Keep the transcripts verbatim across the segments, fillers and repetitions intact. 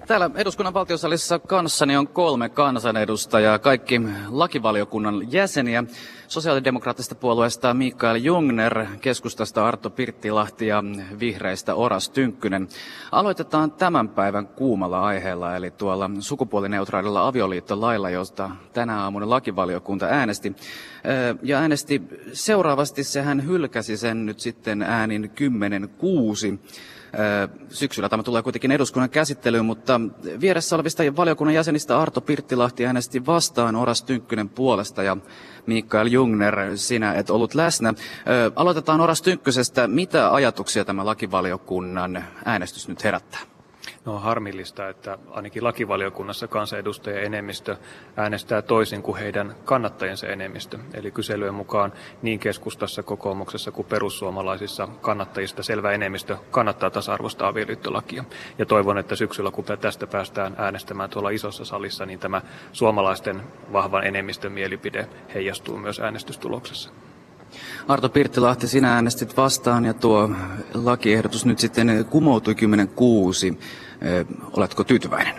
Täällä eduskunnan valtiosalissa kanssani on kolme kansanedustajaa, kaikki lakivaliokunnan jäseniä. Sosiaalidemokraattisesta puolueesta Mikael Jungner, keskustasta Arto Pirttilahti ja vihreistä Oras Tynkkynen. Aloitetaan tämän päivän kuumalla aiheella, eli tuolla sukupuolineutraalilla avioliittolailla, josta tänä aamuna lakivaliokunta äänesti. Ja äänesti seuraavasti, sehän hylkäsi sen nyt sitten äänin kymmenen kuusi. Syksyllä tämä tulee kuitenkin eduskunnan käsittelyyn, mutta vieressä olevista valiokunnan jäsenistä Arto Pirttilahti äänesti vastaan, Oras Tynkkynen puolesta ja Mikael Jungner, sinä et ollut läsnä. Aloitetaan Oras Tynkkysestä. Mitä ajatuksia tämä lakivaliokunnan äänestys nyt herättää? No on harmillista, että ainakin lakivaliokunnassa kansanedustajien enemmistö äänestää toisin kuin heidän kannattajiensa enemmistö. Eli kyselyjen mukaan niin keskustassa, kokoomuksessa kuin perussuomalaisissa kannattajista selvä enemmistö kannattaa tasa-arvoista avioliittolakia. Ja toivon, että syksyllä kun tästä päästään äänestämään tuolla isossa salissa, niin tämä suomalaisten vahvan enemmistön mielipide heijastuu myös äänestystuloksessa. Arto Pirttilahti, sinä äänestit vastaan ja tuo lakiehdotus nyt sitten kumoutui kymmenen kuusi. Oletko tyytyväinen?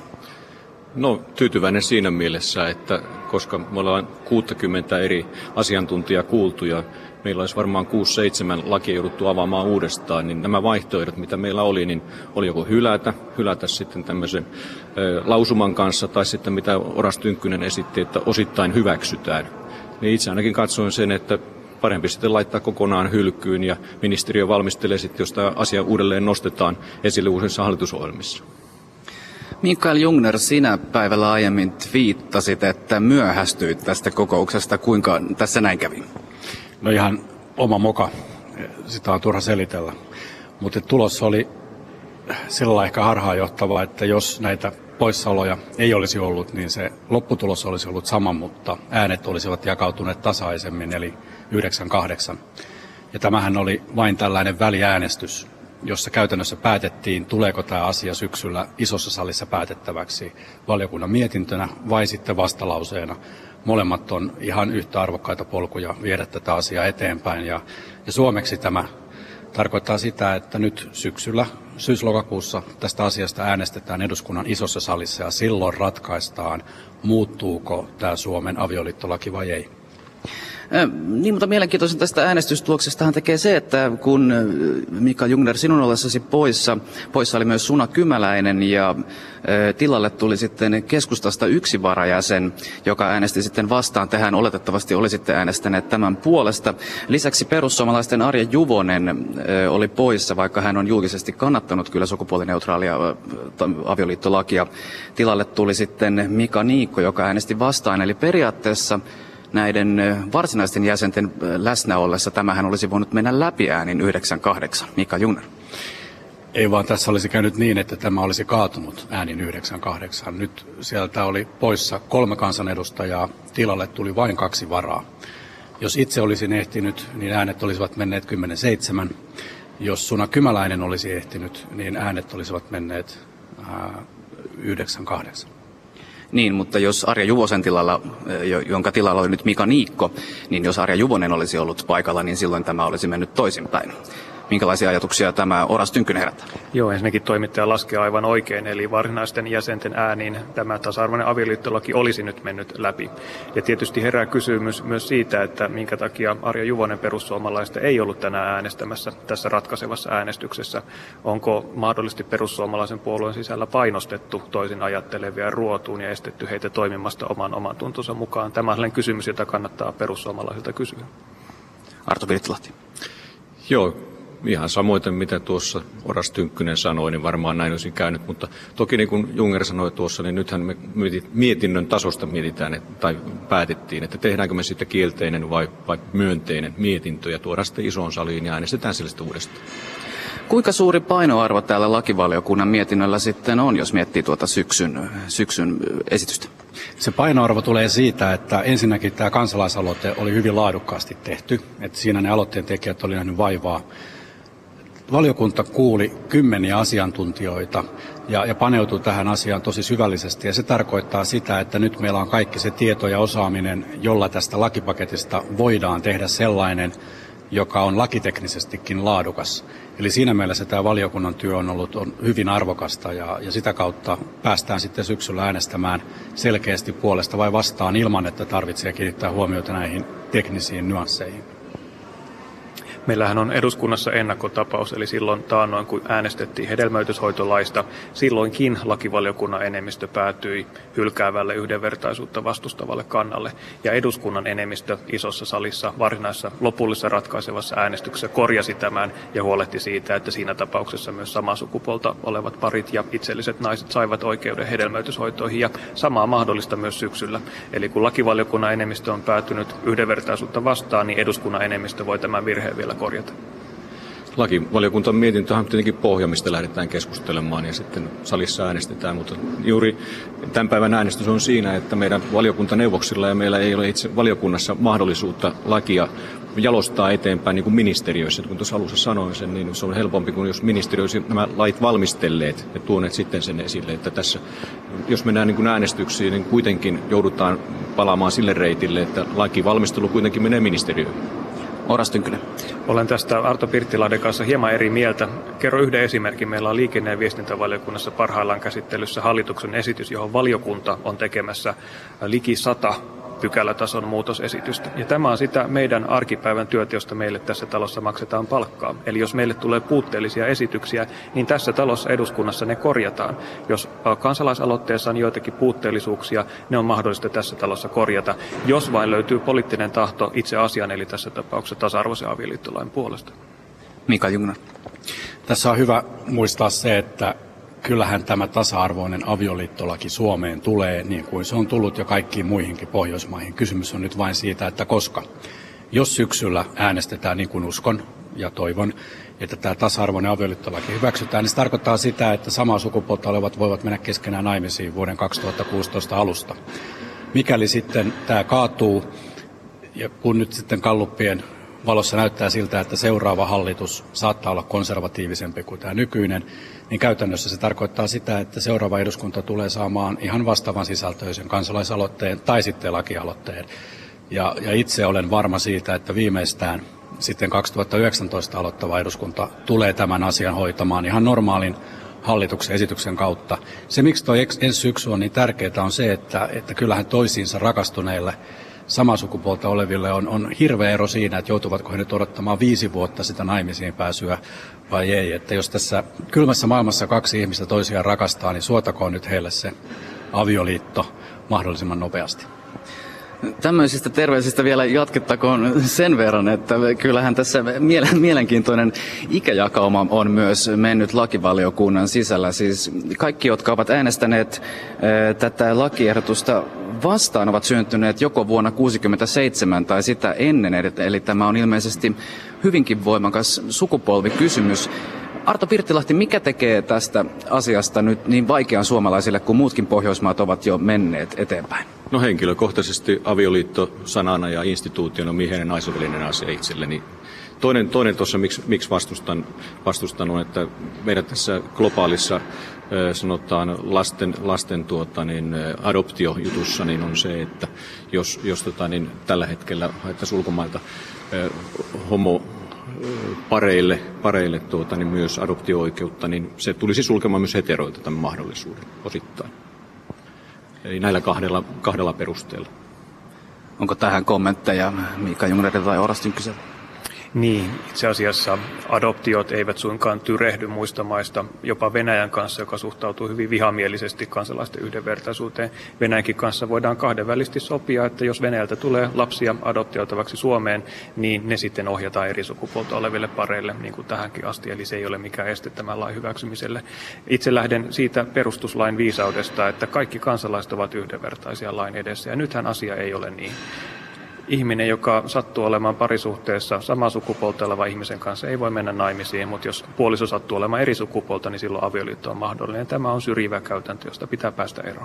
No tyytyväinen siinä mielessä, että koska me ollaan kuusikymmentä eri asiantuntijaa kuultu ja meillä olisi varmaan kuusi seitsemän lakia jouduttu avaamaan uudestaan, niin nämä vaihtoehdot, mitä meillä oli, niin oli joko hylätä, hylätä sitten tämmöisen ö, lausuman kanssa tai sitten mitä Oras Tynkkynen esitti, että osittain hyväksytään. Niin itse ainakin katsoin sen, että parempi sitten laittaa kokonaan hylkyyn ja ministeriö valmistelee sitten, jos tämä asia uudelleen nostetaan esille uusissa hallitusohjelmissa. Mikael Jungner, sinä päivällä aiemmin twiittasit, että myöhästyit tästä kokouksesta. Kuinka tässä näin kävi? No ihan oma moka. Sitä on turha selitellä. Mutta tulos oli sillä ehkä harhaanjohtava, että jos näitä poissaoloja ei olisi ollut, niin se lopputulos olisi ollut sama, mutta äänet olisivat jakautuneet tasaisemmin, eli yhdeksän kahdeksan. Ja tämähän oli vain tällainen väliäänestys, jossa käytännössä päätettiin, tuleeko tämä asia syksyllä isossa salissa päätettäväksi valiokunnan mietintönä vai sitten vastalauseena. Molemmat on ihan yhtä arvokkaita polkuja viedä tätä asiaa eteenpäin. Ja, ja suomeksi tämä tarkoittaa sitä, että nyt syksyllä, syys-lokakuussa tästä asiasta äänestetään eduskunnan isossa salissa ja silloin ratkaistaan, muuttuuko tämä Suomen avioliittolaki vai ei. Niin, mutta mielenkiintoisen tästä äänestystuloksestahan tekee se, että kun Mikael Jungner sinun ollessasi poissa, poissa oli myös Suna Kymäläinen ja tilalle tuli sitten keskustasta yksi varajäsen, joka äänesti sitten vastaan. Tehän oletettavasti olisitte äänestäneet tämän puolesta. Lisäksi perussuomalaisten Arja Juvonen oli poissa, vaikka hän on julkisesti kannattanut kyllä sukupuolineutraalia avioliittolakia. Tilalle tuli sitten Mika Niikko, joka äänesti vastaan, eli periaatteessa näiden varsinaisten jäsenten läsnä ollessa tämähän olisi voinut mennä läpi äänin yhdeksän kahdeksan. Mikael Jungner. Ei vaan tässä olisi käynyt niin, että tämä olisi kaatunut äänin yhdeksän kahdeksan. Nyt sieltä oli poissa kolme kansanedustajaa, tilalle tuli vain kaksi varaa. Jos itse olisin ehtinyt, niin äänet olisivat menneet kymmenen seitsemän. Jos Suna Kymäläinen olisi ehtinyt, niin äänet olisivat menneet yhdeksän kahdeksan. Niin, mutta jos Arja Juvosen tilalla, jonka tilalla oli nyt Mika Niikko, niin jos Arja Juvonen olisi ollut paikalla, niin silloin tämä olisi mennyt toisinpäin. Minkälaisia ajatuksia tämä Oras Tynkkynen herättää? Joo, ensinnäkin toimittaja laskee aivan oikein, eli varsinaisten jäsenten ääniin tämä tasa-arvoinen avioliittolaki olisi nyt mennyt läpi. Ja tietysti herää kysymys myös siitä, että minkä takia Arja Juvonen perussuomalaista ei ollut tänään äänestämässä tässä ratkaisevassa äänestyksessä. Onko mahdollisesti perussuomalaisen puolueen sisällä painostettu toisin ajattelevia ruotuun ja estetty heitä toimimasta oman oman tuntonsa mukaan? Tämä on sellainen kysymys, jota kannattaa perussuomalaisilta kysyä. Arto Pirttilahti. Joo. Ihan samoin, mitä tuossa Oras Tynkkynen sanoi, niin varmaan näin olisi käynyt, mutta toki niin kuin Jungner sanoi tuossa, niin nythän me mietinnön tasosta mietitään tai päätettiin, että tehdäänkö me sitten kielteinen vai, vai myönteinen mietintö ja tuodaan sitten isoon saliin ja äänestetään sille uudestaan. Kuinka suuri painoarvo täällä lakivaliokunnan mietinnöllä sitten on, jos miettii tuota syksyn, syksyn esitystä? Se painoarvo tulee siitä, että ensinnäkin tämä kansalaisaloite oli hyvin laadukkaasti tehty, että siinä ne aloitteen tekijät oli nähnyt vaivaa. Valiokunta kuuli kymmeniä asiantuntijoita ja, ja paneutui tähän asiaan tosi syvällisesti. Ja se tarkoittaa sitä, että nyt meillä on kaikki se tieto ja osaaminen, jolla tästä lakipaketista voidaan tehdä sellainen, joka on lakiteknisestikin laadukas. Eli siinä mielessä tämä valiokunnan työ on ollut on hyvin arvokasta ja, ja sitä kautta päästään sitten syksyllä äänestämään selkeästi puolesta vai vastaan ilman, että tarvitsee kiinnittää huomiota näihin teknisiin nyansseihin. Meillähän on eduskunnassa ennakkotapaus, eli silloin taannoin, kun äänestettiin hedelmöityshoitolaista, silloinkin lakivaliokunnan enemmistö päätyi hylkäävälle yhdenvertaisuutta vastustavalle kannalle. Ja eduskunnan enemmistö isossa salissa varsinaisessa lopullisessa ratkaisevassa äänestyksessä korjasi tämän ja huolehti siitä, että siinä tapauksessa myös samaa sukupuolta olevat parit ja itselliset naiset saivat oikeuden hedelmöityshoitoihin. Ja samaa mahdollista myös syksyllä. Eli kun lakivaliokunnan enemmistö on päätynyt yhdenvertaisuutta vastaan, niin eduskunnan enemmistö voi tämän virheen vielä korjata. Lakivaliokunnan mietintöhän on tietenkin pohja, mistä lähdetään keskustelemaan ja sitten salissa äänestetään, mutta juuri tämän päivän äänestys on siinä, että meidän valiokuntaneuvoksilla ja meillä ei ole itse valiokunnassa mahdollisuutta lakia jalostaa eteenpäin niin kuin ministeriöissä. Kun tuossa alussa sanoin sen, niin se on helpompi kuin jos ministeriöissä nämä lait valmistelleet ja tuoneet sitten sen esille, että tässä, jos mennään niin kuin äänestyksiin, niin kuitenkin joudutaan palaamaan sille reitille, että lakivalmistelu kuitenkin menee ministeriöön. Oras Tynkkynen. Olen tästä Arto Pirttilahden kanssa hieman eri mieltä. Kerro yhden esimerkin. Meillä on liikenne- ja viestintävaliokunnassa parhaillaan käsittelyssä hallituksen esitys, johon valiokunta on tekemässä liki sata pykälätason muutosesitystä. Ja tämä on sitä meidän arkipäivän työtä, josta meille tässä talossa maksetaan palkkaa. Eli jos meille tulee puutteellisia esityksiä, niin tässä talossa eduskunnassa ne korjataan. Jos kansalaisaloitteessa on joitakin puutteellisuuksia, ne on mahdollista tässä talossa korjata, jos vain löytyy poliittinen tahto itse asian, eli tässä tapauksessa tasa-arvoisen avioliittolain puolesta. Mikael Jungner. Tässä on hyvä muistaa se, että kyllähän tämä tasa-arvoinen avioliittolaki Suomeen tulee, niin kuin se on tullut jo kaikkiin muihinkin Pohjoismaihin. Kysymys on nyt vain siitä, että koska. Jos syksyllä äänestetään niin kuin uskon ja toivon, että tämä tasa-arvoinen avioliittolaki hyväksytään, niin se tarkoittaa sitä, että samaa sukupuolta olevat voivat mennä keskenään naimisiin vuoden kaksituhattakuusitoista alusta. Mikäli sitten tämä kaatuu, ja kun nyt sitten galluppien valossa näyttää siltä, että seuraava hallitus saattaa olla konservatiivisempi kuin tämä nykyinen, niin käytännössä se tarkoittaa sitä, että seuraava eduskunta tulee saamaan ihan vastaavan sisältöisen kansalaisaloitteen tai sitten lakialoitteen. Ja, ja itse olen varma siitä, että viimeistään sitten kaksituhattayhdeksäntoista aloittava eduskunta tulee tämän asian hoitamaan ihan normaalin hallituksen esityksen kautta. Se, miksi tuo ensi syksy on niin tärkeää, on se, että, että kyllähän toisiinsa rakastuneille samaa sukupuolta oleville on, on hirveä ero siinä, että joutuvatko he nyt odottamaan viisi vuotta sitä naimisiin pääsyä vai ei. Että jos tässä kylmässä maailmassa kaksi ihmistä toisiaan rakastaa, niin suotakoon nyt heille se avioliitto mahdollisimman nopeasti. Tämmöisistä terveisistä vielä jatkettakoon sen verran, että kyllähän tässä mielenkiintoinen ikäjakauma on myös mennyt lakivaliokunnan sisällä. Siis kaikki, jotka ovat äänestäneet tätä lakiehdotusta vastaan, ovat syntyneet joko vuonna kuusikymmentäseitsemän tai sitä ennen, eli tämä on ilmeisesti hyvinkin voimakas sukupolvikysymys. Arto Pirttilahti, mikä tekee tästä asiasta nyt niin vaikean suomalaisille, kun muutkin Pohjoismaat ovat jo menneet eteenpäin? No henkilökohtaisesti avioliitto sanana ja instituutiona on miehen ja naisen välinen asia itselleni. Toinen, toinen tuossa, miksi, miksi vastustan, vastustan on, että meidän tässä globaalissa sanotaan lasten, lasten tuota, niin, adoptiojutussa niin on se, että jos, jos tota, niin, tällä hetkellä haettaisiin ulkomailta eh, homo pareille, pareille tuota, niin myös adoptio-oikeutta, niin se tulisi sulkemaan myös heteroilta tämän mahdollisuuden osittain. Eli näillä kahdella, kahdella perusteella. Onko tähän kommentteja Mikael Jungner tai Oras Tynkkyseltä? Niin, itse asiassa adoptiot eivät suinkaan tyrehdy muista maista, jopa Venäjän kanssa, joka suhtautuu hyvin vihamielisesti kansalaisten yhdenvertaisuuteen. Venäjänkin kanssa voidaan kahdenvälisesti sopia, että jos Venäjältä tulee lapsia adoptioitavaksi Suomeen, niin ne sitten ohjataan eri sukupuolta oleville pareille, niin kuin tähänkin asti, eli se ei ole mikään este tämän lain hyväksymiselle. Itse lähden siitä perustuslain viisaudesta, että kaikki kansalaiset ovat yhdenvertaisia lain edessä, ja nythän asia ei ole niin. Ihminen, joka sattuu olemaan parisuhteessa samaa sukupuolta oleva ihmisen kanssa, ei voi mennä naimisiin, mutta jos puoliso sattuu olemaan eri sukupuolta, niin silloin avioliitto on mahdollinen. Tämä on syrjivä käytäntö, josta pitää päästä eroon.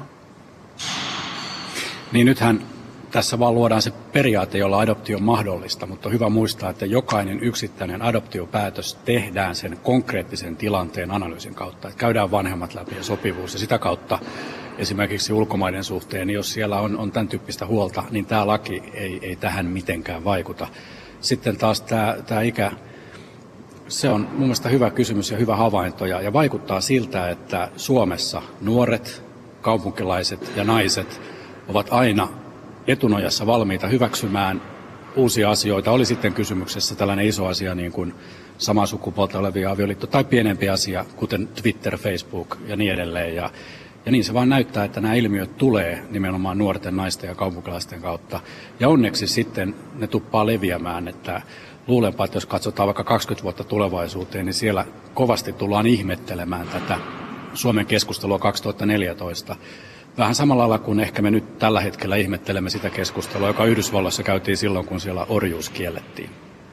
Niin nythän tässä vaan luodaan se periaate, jolla adoptio on mahdollista, mutta on hyvä muistaa, että jokainen yksittäinen adoptiopäätös tehdään sen konkreettisen tilanteen analyysin kautta. Että käydään vanhemmat läpi ja sopivuus ja sitä kautta esimerkiksi ulkomaiden suhteen, niin jos siellä on, on tämän tyyppistä huolta, niin tämä laki ei, ei tähän mitenkään vaikuta. sitten taas tämä, tämä ikä, se on mun mielestä hyvä kysymys ja hyvä havainto ja, ja vaikuttaa siltä, että Suomessa nuoret, kaupunkilaiset ja naiset ovat aina etunojassa valmiita hyväksymään uusia asioita. Oli sitten kysymyksessä tällainen iso asia niin kuin samaa sukupuolta olevia avioliitto tai pienempi asia, kuten Twitter, Facebook ja niin edelleen. Ja, ja niin se vaan näyttää, että nämä ilmiöt tulee nimenomaan nuorten, naisten ja kaupunkilaisten kautta. Ja onneksi sitten ne tuppaa leviämään, että luulenpa, että jos katsotaan vaikka kaksikymmentä vuotta tulevaisuuteen, niin siellä kovasti tullaan ihmettelemään tätä Suomen keskustelua kaksituhattaneljätoista. Vähän samalla lailla kuin ehkä me nyt tällä hetkellä ihmettelemme sitä keskustelua, joka Yhdysvalloissa käytiin silloin, kun siellä orjuus kiellettiin.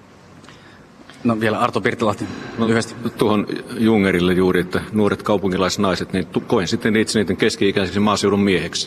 No vielä Arto Pirttilahti, no, lyhyesti. Tuohon Jungerille juuri, että nuoret kaupunkilaisnaiset, niin koen sitten itse niiden keski-ikäiseksi maaseudun mieheksi.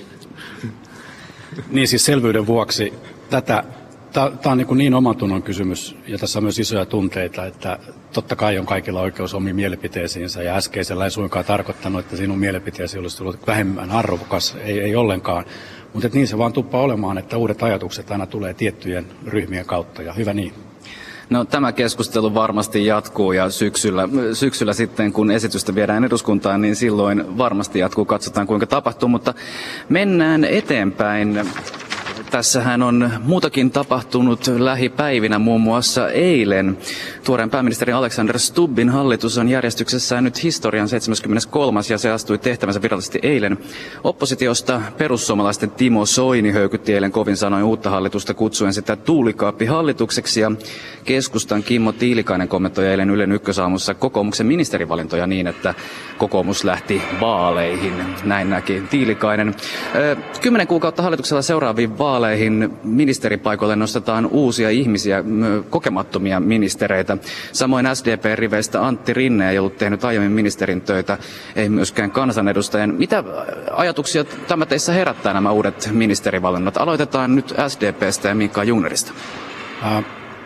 Niin siis selvyyden vuoksi tätä, tämä on niin, niin omantunnon kysymys ja tässä on myös isoja tunteita, että totta kai on kaikilla oikeus omiin mielipiteisiinsä ja äskeisellä ei suinkaan tarkoittanut, että sinun mielipiteesi olisi tullut vähemmän arvokas, ei, ei ollenkaan. Mutta niin se vaan tuppaa olemaan, että uudet ajatukset aina tulee tiettyjen ryhmien kautta ja hyvä niin. No tämä keskustelu varmasti jatkuu ja syksyllä, syksyllä sitten kun esitystä viedään eduskuntaan, niin silloin varmasti jatkuu, katsotaan kuinka tapahtuu, mutta mennään eteenpäin. Tässähän on muutakin tapahtunut lähipäivinä, muun muassa eilen. Tuoreen pääministeri Alexander Stubbin hallitus on järjestyksessään nyt historian seitsemänkymmentäkolmas ja se astui tehtävänsä virallisesti eilen. Oppositiosta perussuomalaisten Timo Soini höykytti eilen kovin sanoin uutta hallitusta kutsuen sitä tuulikaappihallitukseksi ja keskustan Kimmo Tiilikainen kommentoi eilen Ylen ykkösaamussa kokoomuksen ministerivalintoja niin, että kokoomus lähti vaaleihin. Näin näki Tiilikainen. Kymmenen kuukautta hallituksella seuraaviin vaaleihin ministeripaikoille nostetaan uusia ihmisiä, kokemattomia ministereitä. Samoin S D P-riveistä Antti Rinne ei ollut tehnyt aiemmin ministerin töitä, ei myöskään kansanedustajan. Mitä ajatuksia tämä teissä herättää nämä uudet ministerivalinnat? Aloitetaan nyt S D P:stä ja Mikael Jungnerista. Äh,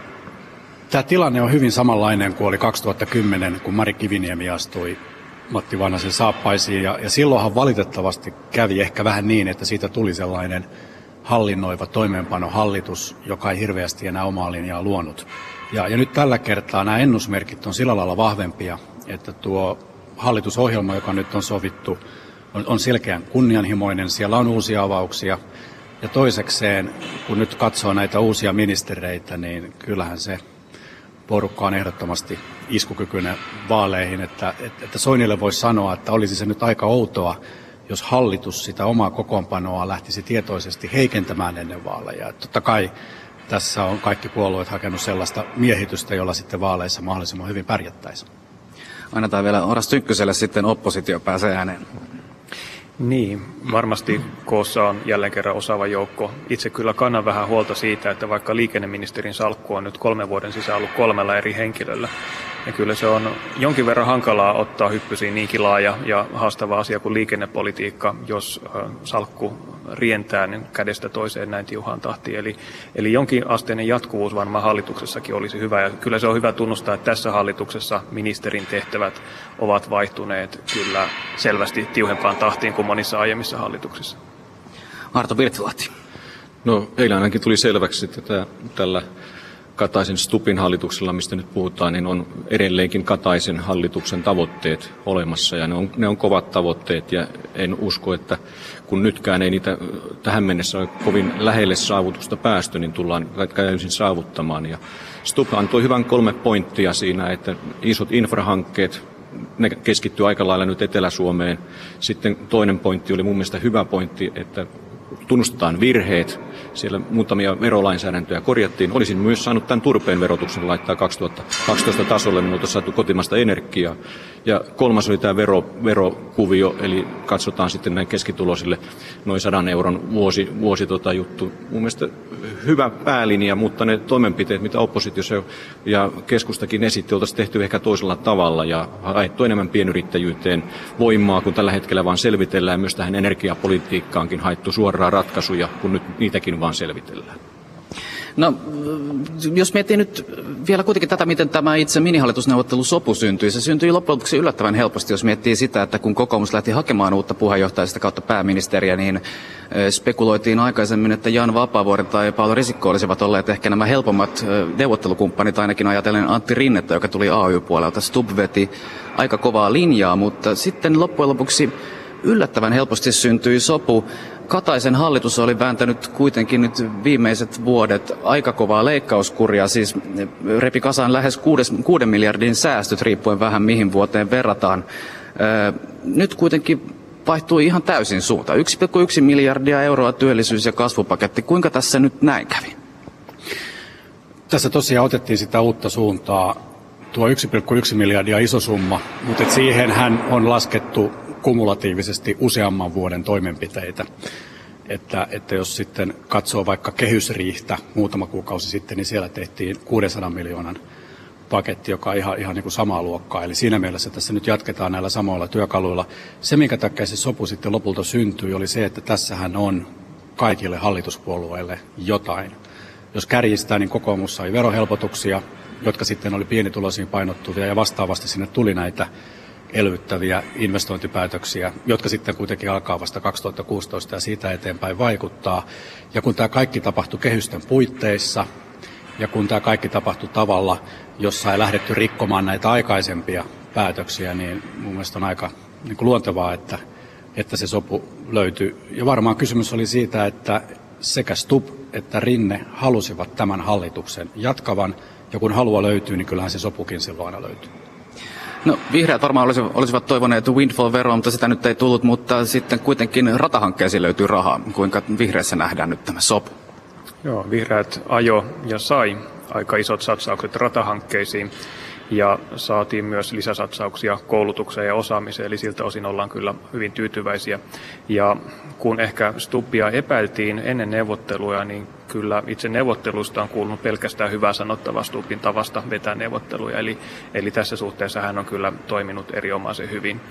Tämä tilanne on hyvin samanlainen kuin oli kaksituhattakymmenen, kun Mari Kiviniemi astui Matti Vanhasen saappaisiin. Ja, ja silloinhan valitettavasti kävi ehkä vähän niin, että siitä tuli sellainen hallinnoiva toimeenpanohallitus, joka ei hirveästi enää omaa linjaa luonut. Ja, ja nyt tällä kertaa nämä ennusmerkit on sillä lailla vahvempia, että tuo hallitusohjelma, joka nyt on sovittu, on, on selkeän kunnianhimoinen. Siellä on uusia avauksia. Ja toisekseen, kun nyt katsoo näitä uusia ministereitä, niin kyllähän se porukka on ehdottomasti iskukykyinen vaaleihin. Että, että Soinille voisi sanoa, että olisi se nyt aika outoa, jos hallitus sitä omaa kokoonpanoa lähtisi tietoisesti heikentämään ennen vaaleja. Että totta kai tässä on kaikki puolueet hakenut sellaista miehitystä, jolla sitten vaaleissa mahdollisimman hyvin pärjättäisiin. Annetaan vielä Oras Tynkkyselle, sitten oppositio pääsee ääneen. Niin, varmasti koossa on jälleen kerran osaava joukko. Itse kyllä kannan vähän huolta siitä, että vaikka liikenneministerin salkku on nyt kolmen vuoden sisään ollut kolmella eri henkilöllä, ja kyllä se on jonkin verran hankalaa ottaa hyppysiin niinkin laaja ja haastava asia kuin liikennepolitiikka, jos salkku rientää niin kädestä toiseen näin tiuhaan tahtiin. Eli, eli jonkin asteinen jatkuvuus varmaan hallituksessakin olisi hyvä. Ja kyllä se on hyvä tunnustaa, että tässä hallituksessa ministerin tehtävät ovat vaihtuneet kyllä selvästi tiuhempaan tahtiin kuin monissa aiemmissa hallituksissa. Arto Pirttilahti. No eilen ainakin tuli selväksi, että tämä, tällä Kataisen Stubbin hallituksella, mistä nyt puhutaan, niin on edelleenkin Kataisen hallituksen tavoitteet olemassa ja ne on, ne on kovat tavoitteet ja en usko, että kun nytkään ei niitä tähän mennessä ole kovin lähelle saavutusta päästy, niin tullaan täysin saavuttamaan. Ja Stubb antoi hyvän kolme pointtia siinä, että isot infrahankkeet, ne keskittyy aika lailla nyt Etelä-Suomeen. Sitten toinen pointti oli mun mielestä hyvä pointti, että tunnustetaan virheet. Siellä muutamia verolainsäädäntöjä korjattiin. Olisin myös saanut tämän turpeen verotuksen laittaa kaksituhattakaksitoista tasolle, niin oltaisiin saatu kotimaista energiaa. Ja kolmas oli tämä vero, verokuvio, eli katsotaan sitten näin keskituloisille noin sadan euron vuosi, vuosi tota juttu. Mun mielestä hyvä päälinja, mutta ne toimenpiteet, mitä oppositiossa ja keskustakin esitti, oltaisiin tehty ehkä toisella tavalla ja haettu enemmän pienyrittäjyyteen voimaa, kun tällä hetkellä vaan selvitellään. Myös tähän energiapolitiikkaankin haettu suoraan ratkaisuja, kun nyt niitäkin vaan selvitellään. No, jos miettii nyt vielä kuitenkin tätä, miten tämä itse minihallitusneuvottelusopu syntyi. Se syntyi loppujen lopuksi yllättävän helposti, jos miettii sitä, että kun kokoomus lähti hakemaan uutta puheenjohtajasta kautta pääministeriä, niin spekuloitiin aikaisemmin, että Jan Vapaavuori tai Paula Risikko olisivat olleet ehkä nämä helpommat neuvottelukumppanit, ainakin ajatellen Antti Rinnettä, joka tuli A Y-puolelta. Stubb veti aika kovaa linjaa, mutta sitten loppujen lopuksi yllättävän helposti syntyi sopu. Kataisen hallitus oli vääntänyt kuitenkin nyt viimeiset vuodet aika kovaa leikkauskuria, siis repi kasaan lähes kuudes, kuuden miljardin säästöt, riippuen vähän mihin vuoteen verrataan. Öö, nyt kuitenkin vaihtui ihan täysin suunta. yksi pilkku yksi miljardia euroa työllisyys- ja kasvupaketti. Kuinka tässä nyt näin kävi? Tässä tosiaan otettiin sitä uutta suuntaa. Tuo yksi pilkku yksi miljardia iso summa, mutta siihenhän on laskettu kumulatiivisesti useamman vuoden toimenpiteitä. Että, että jos sitten katsoo vaikka kehysriihtä muutama kuukausi sitten, niin siellä tehtiin kuudensadan miljoonan paketti, joka on ihan, ihan niin kuin samaa luokkaa. Eli siinä mielessä tässä nyt jatketaan näillä samoilla työkaluilla. Se, minkä takia se sopu sitten lopulta syntyi, oli se, että tässähän on kaikille hallituspuolueille jotain. Jos kärjistää, niin kokoomus sai verohelpotuksia, jotka sitten oli pienituloisiin painottuvia, ja vastaavasti sinne tuli näitä elvyttäviä investointipäätöksiä, jotka sitten kuitenkin alkaa vasta kaksituhattakuusitoista ja siitä eteenpäin vaikuttaa. Ja kun tämä kaikki tapahtui kehysten puitteissa, ja kun tämä kaikki tapahtui tavalla, jossa ei lähdetty rikkomaan näitä aikaisempia päätöksiä, niin mun mielestä on aika niin kuin luontevaa, että, että se sopu löytyi. Ja varmaan kysymys oli siitä, että sekä Stubb että Rinne halusivat tämän hallituksen jatkavan, ja kun halua löytyy, niin kyllähän se sopukin silloin aina löytyy. No, vihreät varmaan olisivat, olisivat toivoneet windfall-veroa, mutta sitä nyt ei tullut, mutta sitten kuitenkin ratahankkeisiin löytyy rahaa. Kuinka vihreissä nähdään nyt tämä sopu? Joo, vihreät ajo ja sai aika isot satsaukset ratahankkeisiin ja saatiin myös lisäsatsauksia koulutukseen ja osaamiseen, eli siltä osin ollaan kyllä hyvin tyytyväisiä. Ja kun ehkä Stubbia epäiltiin ennen neuvotteluja, niin kyllä itse neuvottelusta on kuulunut pelkästään hyvää sanottavaa Stubbin tavasta vetää neuvotteluja, eli, eli tässä suhteessa hän on kyllä toiminut erinomaisen hyvin.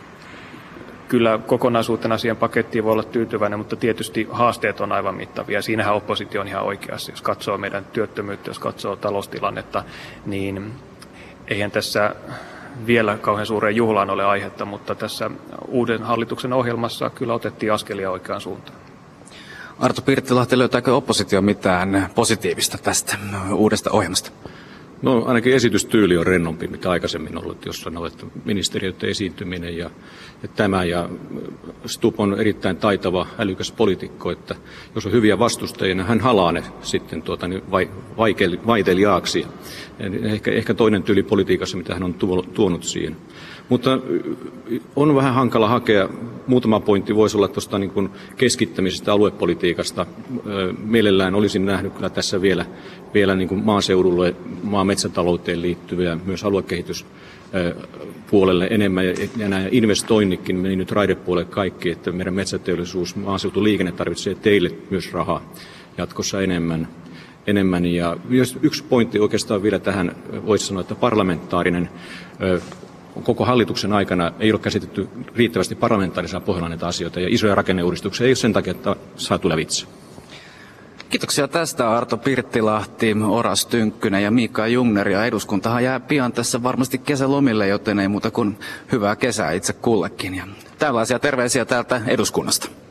Kyllä kokonaisuutena siihen pakettiin voi olla tyytyväinen, mutta tietysti haasteet on aivan mittavia. Siinähän oppositio on ihan oikeassa. Jos katsoo meidän työttömyyttä, jos katsoo taloustilannetta, niin eihän tässä vielä kauhean suureen juhlaan ole aihetta, mutta tässä uuden hallituksen ohjelmassa kyllä otettiin askelia oikeaan suuntaan. Arto Pirttilahti, löytääkö oppositio mitään positiivista tästä uudesta ohjelmasta? No ainakin esitystyyli on rennompi, mitä aikaisemmin ollut, jossa on ministeriöiden esiintyminen ja, ja tämä. Ja Stubb on erittäin taitava, älykäs poliitikko, että jos on hyviä vastustajia, niin hän halaa ne sitten tuota, niin vai, vaikeli, vaiteliaaksi. Ehkä, ehkä toinen tyyli politiikassa, mitä hän on tuonut siihen. Mutta on vähän hankala hakea. Muutama pointti voisi olla tuosta niin kuin keskittämisestä aluepolitiikasta. Mielellään olisin nähnyt kyllä tässä vielä, vielä niin kuin maaseudulle, maa- metsätalouteen liittyviä, myös aluekehityspuolelle enemmän. Ja nämä investoinnitkin meni nyt raidepuolelle kaikki, että meidän metsäteollisuus, maaseutuliikenne tarvitsee teille myös rahaa jatkossa enemmän. enemmän. Ja yksi pointti oikeastaan vielä tähän, voisi sanoa, että parlamentaarinen koko hallituksen aikana ei ole käsitetty riittävästi parlamentaarisena pohjalla näitä asioita, ja isoja rakenneuudistuksia ei ole sen takia, että saatu lävitse. Kiitoksia tästä Arto Pirttilahti, Oras Tynkkynen ja Mika Jungner. Ja eduskuntahan jää pian tässä varmasti kesälomille, joten ei muuta kuin hyvää kesää itse kullekin. Ja tällaisia terveisiä täältä eduskunnasta.